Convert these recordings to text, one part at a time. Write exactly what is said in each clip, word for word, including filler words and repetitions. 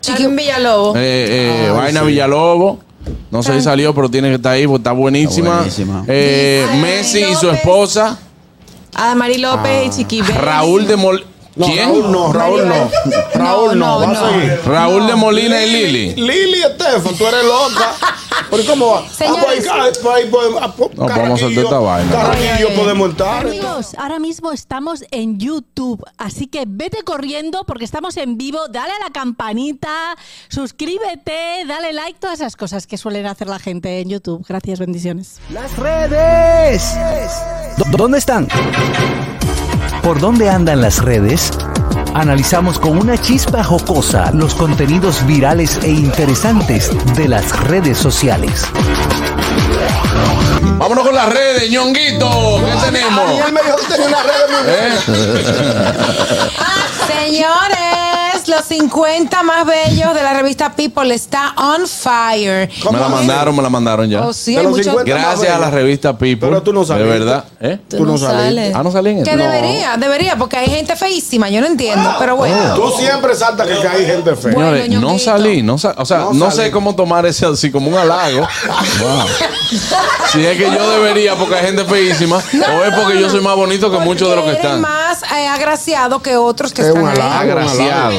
Chiquín Villalobos. Eh, eh, Ay, Vaina sí. Villalobos. No sé si salió, pero tiene que estar ahí, porque está buenísima. Está buenísima. Eh, Dice Messi y su López. esposa. Adamari López y Chiqui Baby. Raúl de Molina. No, ¿Quién? Raúl no, Raúl no. Raúl no, no, va no. a seguir. Raúl de Molina y Lili. Lili Estefan, tú eres loca. ¿Pero cómo va? Señores. Ah, pues, ahí, pues, ah, pues, No, vamos a soltar esta vaina. Carraquillo podemos entrar. Amigos, ahora mismo estamos en YouTube, así que vete corriendo porque estamos en vivo. Dale a la campanita, suscríbete, dale like, todas esas cosas que suelen hacer la gente en YouTube. Gracias, bendiciones. Las redes. ¿Dó- ¿Dónde están? ¿Por dónde andan las redes? Analizamos con una chispa jocosa los contenidos virales e interesantes de las redes sociales. Vámonos con las redes, ñonguito. ¿Qué tenemos? Y él me dijo que tenía una red de mi ¿Eh? Señores, los cincuenta más bellos de la revista People está on fire. Me la mandaron, me la mandaron ya. Oh, sí, De hay los muchos- cincuenta. Gracias a la revista People. Pero tú no De saliste. verdad. ¿Eh? Tú, Tú no no saliste. sales. Ah, no salí en Que esto. debería, debería, porque hay gente feísima, yo no entiendo, pero bueno. Tú siempre saltas que hay gente fea. Bueno, Señores, no ñonguito. salí, no sa- o sea, No no, salí. sé cómo tomar ese así como un halago. Wow. Si es que yo debería porque hay gente feísima, o es porque yo soy más bonito que muchos de los que Porque eres están. más eh, agraciado que otros que Es están un ahí. halago. Agraciado.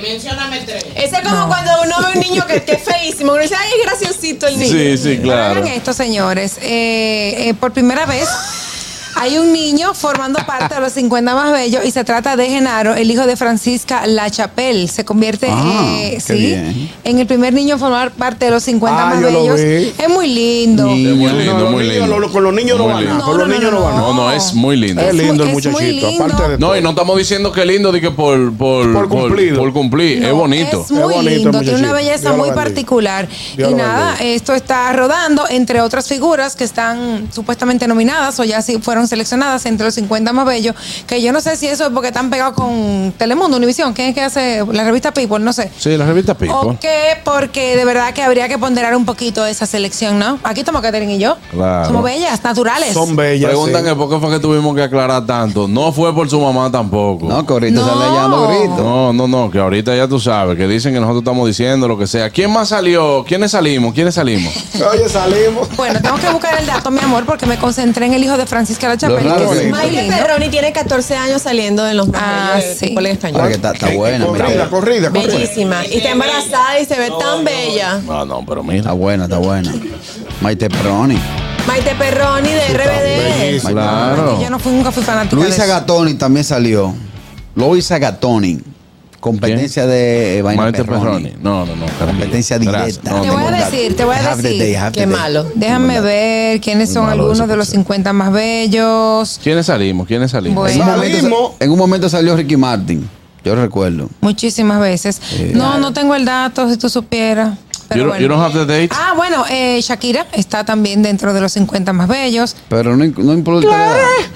Ese es como cuando uno ve un niño que, que es feísimo, uno dice, ay, es graciosito el niño. Sí, sí, claro. Hagan esto, señores. Eh, eh, por primera vez hay un niño formando parte de los cincuenta más bellos y se trata de Genaro, el hijo de Francisca Lachapelle. Se convierte Ah, eh, qué sí, bien. en el primer niño a formar parte de los cincuenta Ah, más yo lo bellos. vi. Es muy lindo. Es muy lindo, No, los muy niños, lindo. lo- con los niños no Muy van a. lindo. Con los niños no van a. No, no, es muy lindo. Es Es lindo el muy- es muy muchachito, lindo. aparte de No, todo. y no estamos diciendo que es lindo, de que por, por, Por cumplido. por cumplir. No, es bonito. Es muy Es bonito, lindo, tiene una muchachito. belleza Dios lo muy bendiga. particular. Dios y lo nada, bendiga. esto está rodando entre otras figuras que están supuestamente nominadas o ya sí fueron seleccionadas entre los cincuenta más bellos, que yo no sé si eso es porque están pegados con Telemundo, Univisión, ¿quién es que hace la revista People? No sé. Sí, la revista People. O qué, porque de verdad que habría que ponderar un poquito esa selección, ¿no? Aquí estamos Catherine y yo. Claro. Somos bellas, naturales. Son bellas. Preguntan sí. que por qué fue que tuvimos que aclarar tanto. No fue por su mamá tampoco. No, que ahorita No. sale llamando grito. No, no, no, que ahorita ya tú sabes, que dicen que nosotros estamos diciendo lo que sea. ¿Quién más salió? ¿Quiénes salimos? ¿Quiénes salimos? Oye, salimos. Bueno, tengo que buscar el dato, mi amor, porque me concentré en el hijo de Francisca Lachapelle, Los que es raros. muy Maite lindo. Perroni tiene catorce años saliendo en los más Ah, bellos de sí. People en Ahora español. que está, está buena, Corrida, mira. corrida, corrida. Bellísima. Y está embarazada y se ve tan bella. Ah, no, pero Está mira. buena, está buena. Maite Perroni. Maite Perroni de R B D. Bellísima. Claro. Yo no fui, nunca fui fanática de Luisa eso. Gatoni también salió. Luisa Gatoni. Competencia de eh, Vaina Maite Perroni. Perroni. No, no, no. Caramba. Competencia Gracias. directa. No, Te no, voy a no. decir, te voy a Have the decir. day, have Qué the day. malo. Déjame Verdad. ver quiénes Muy son malo algunos eso, de los por cincuenta más bellos. ¿Quiénes salimos? ¿Quiénes salimos? Bueno. En un, momento, Salimos. en un momento salió Ricky Martin. Yo recuerdo. Muchísimas veces. No, no tengo el dato, si tú supieras. Pero You don't, bueno. you don't have the date? Ah, bueno, eh, Shakira está también dentro de los cincuenta más bellos. Pero no, no importa la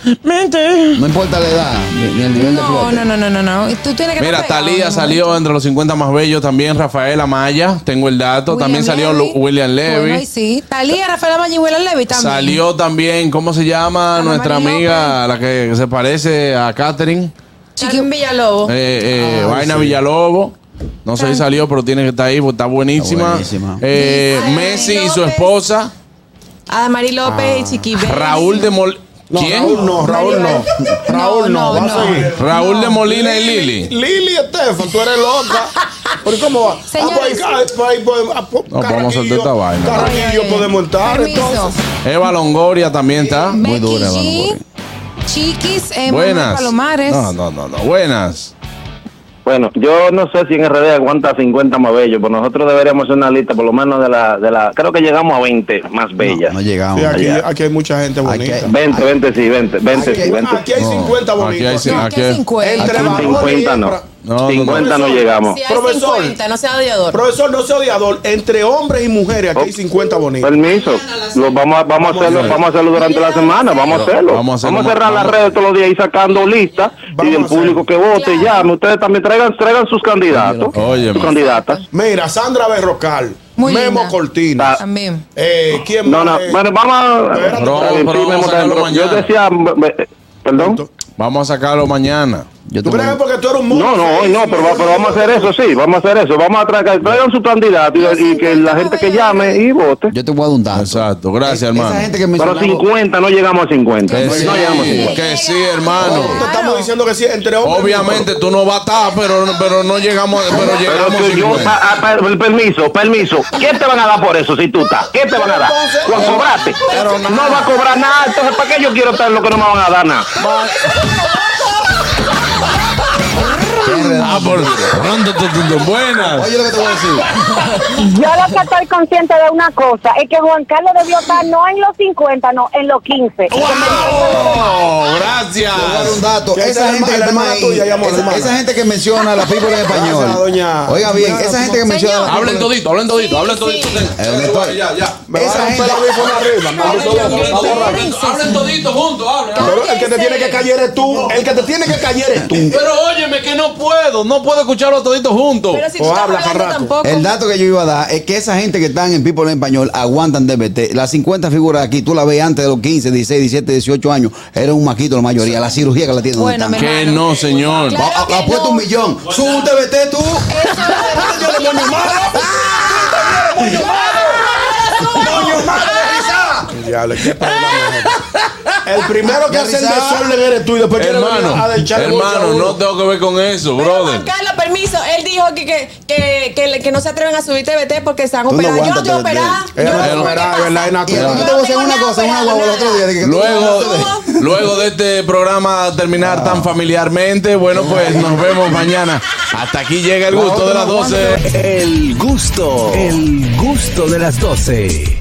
edad. No importa la edad, ni, ni el nivel de No, flote. no, no, no, no, no. Y Tú tienes que Mira, estar pegado en Talía el salió momento. entre los cincuenta más bellos. También Rafael Amaya, tengo el dato. William también salió Levy. Lu- William Levy. Bueno, y sí. Talía, Rafael Amaya y William Levy también. Salió también, ¿cómo se llama? Ana Nuestra María amiga, la que se parece a Catherine. Chiquín Villalobos. Eh, eh, Ay, Vaina sí. Villalobos. No sé si salió, pero tiene que estar ahí, porque está buenísima. Está buenísima. Eh, Dice Messi y su López. esposa. Adamari López y Chiqui Baby. Raúl de Molina. No, ¿Quién? Raúl no, Raúl no. Raúl no, no, va no. a seguir. Raúl de Molina y Lili. Lili Estefan, tú eres loca. ¿Pero cómo va? Señores. Ah, pues, ahí, pues, ah, pues, No, vamos a soltar esta vaina. Carraquillo Oye, oye. podemos entrar, Permiso. entonces. Eva Longoria también está. Muy Becky dura, G, Longoria. Chiquis, eh, Manuel Buenas. Palomares. No, no, no, no. Buenas. Bueno, yo no sé si en R D aguanta cincuenta más bellos, pero nosotros deberíamos hacer una lista, por lo menos de la, de la, creo que llegamos a veinte más bellas. No, no llegamos. Sí, aquí, allá. aquí hay mucha gente Aquí bonita. hay- veinte, veinte sí, veinte, veinte Aquí, sí, veinte. aquí hay No, cincuenta aquí bonitos. hay- Sí. No, aquí ¿qué hay- cincuenta? Entre Aquí varón y cincuenta no. hembra. No, no, cincuenta no, no. llegamos. Si hay Profesor. cincuenta, no sea odiador. Profesor, no sea odiador. Entre hombres y mujeres, aquí hay cincuenta bonitos. Permiso, lo vamos a, vamos a hacerlo, vamos a hacerlo durante la semana, vamos a hacerlo. Vamos a hacerlo, Vamos a cerrar vamos- las redes todos los días y sacando listas Vamos y a el público hacerlo. que vote, llame. Ustedes también traigan, traigan sus candidatos, Oye, sus ma. candidatas. Mira, Sandra Berrocal, Muy Memo linda. Cortina. Ta- También. Eh, ¿Quién No, más? no, Eh, bueno, vamos a... Espérate, Pero- Está bien, pero sí, vamos a Memo, sacarlo pero yo mañana. decía, me- me- perdón. Vamos a sacarlo mañana. Yo ¿Tú te crees voy- que porque tú eres un mundo? No, no, hoy no, pero, va- pero vamos a hacer eso, sí, vamos a hacer eso. Vamos a traer, traigan su candidato y, y que la gente que llame y vote. Yo te voy a dar un dato. Exacto, gracias, Esa hermano. gente que Pero mencionaba- cincuenta, no llegamos a cincuenta. Que No sí, llegamos a cincuenta. que sí, hermano. Te estamos diciendo que sí, entre hombres. Obviamente tú no vas a estar, pero, pero no llegamos, pero Pero llegamos a que yo, cincuenta. pa- pa- per- permiso, permiso. ¿Qué te van a dar por eso si tú estás? ¿Qué te van a dar? ¿Lo cobraste? No va a cobrar nada, entonces ¿para qué yo quiero estar en lo que no me van a dar nada? Ah, por pronto, tú, tú, tú, buenas. Oye lo que te voy a decir. Yo lo que estoy consciente de una cosa es que Juan Carlos debió estar no en los cincuenta, no, en los quince. ¡Wow! Gracias. Te voy a dar un dato. Que Esa esa gente que hermana está ahí, tuya, llamó, esa, hermana. esa gente que menciona la people en español. Gracias, doña- Oiga bien, doña- esa gente que menciona la Hablen people- todito, hablen todito, hablen todito. Eh, ¿dónde estoy? Ya, ya. Me va a Esa romper gente- la audífono arriba. maldito loco, está borracho. Hablen todito juntos, hablen. Pero el que te tiene que callar eres tú. El que te tiene que callar eres tú. Pero óyeme que no puedo, no puedo escucharlos toditos juntos. Pero si tú O estás habla, hablando Carraco. tampoco. El dato que yo iba a dar es que esa gente que están en People en español aguantan D B T. Las cincuenta figuras aquí, tú las ves antes de los quince, dieciséis, diecisiete, dieciocho años. Era un maquito la mayoría. La cirugía que la tienen. Bueno, ¿dónde mi están? Que no, señor. Claro Ha- ha- que Ha puesto no. un millón. Sube un D B T tú. Diablo, qué problema es este. El primero que hace el Rizá. desorden eres tú y después quiere venir Hermano, a echar hermano, no tengo que ver con eso, Pero, brother. Juan Carlos, permiso, él dijo que, que, que, que, le- que no se atreven a subir T V T porque están Tú no operados. Yo no aguantas estoy T V T. operada. Ella Yo no no es sé qué operada, pasa. es verdad, es Y natural. yo te voy a decir una cosa, una guagua el otro día. de que tú- Luego, luego de este programa terminar tan familiarmente, bueno, pues nos vemos mañana. Hasta aquí llega el gusto de las doce. El gusto, el gusto de las doce.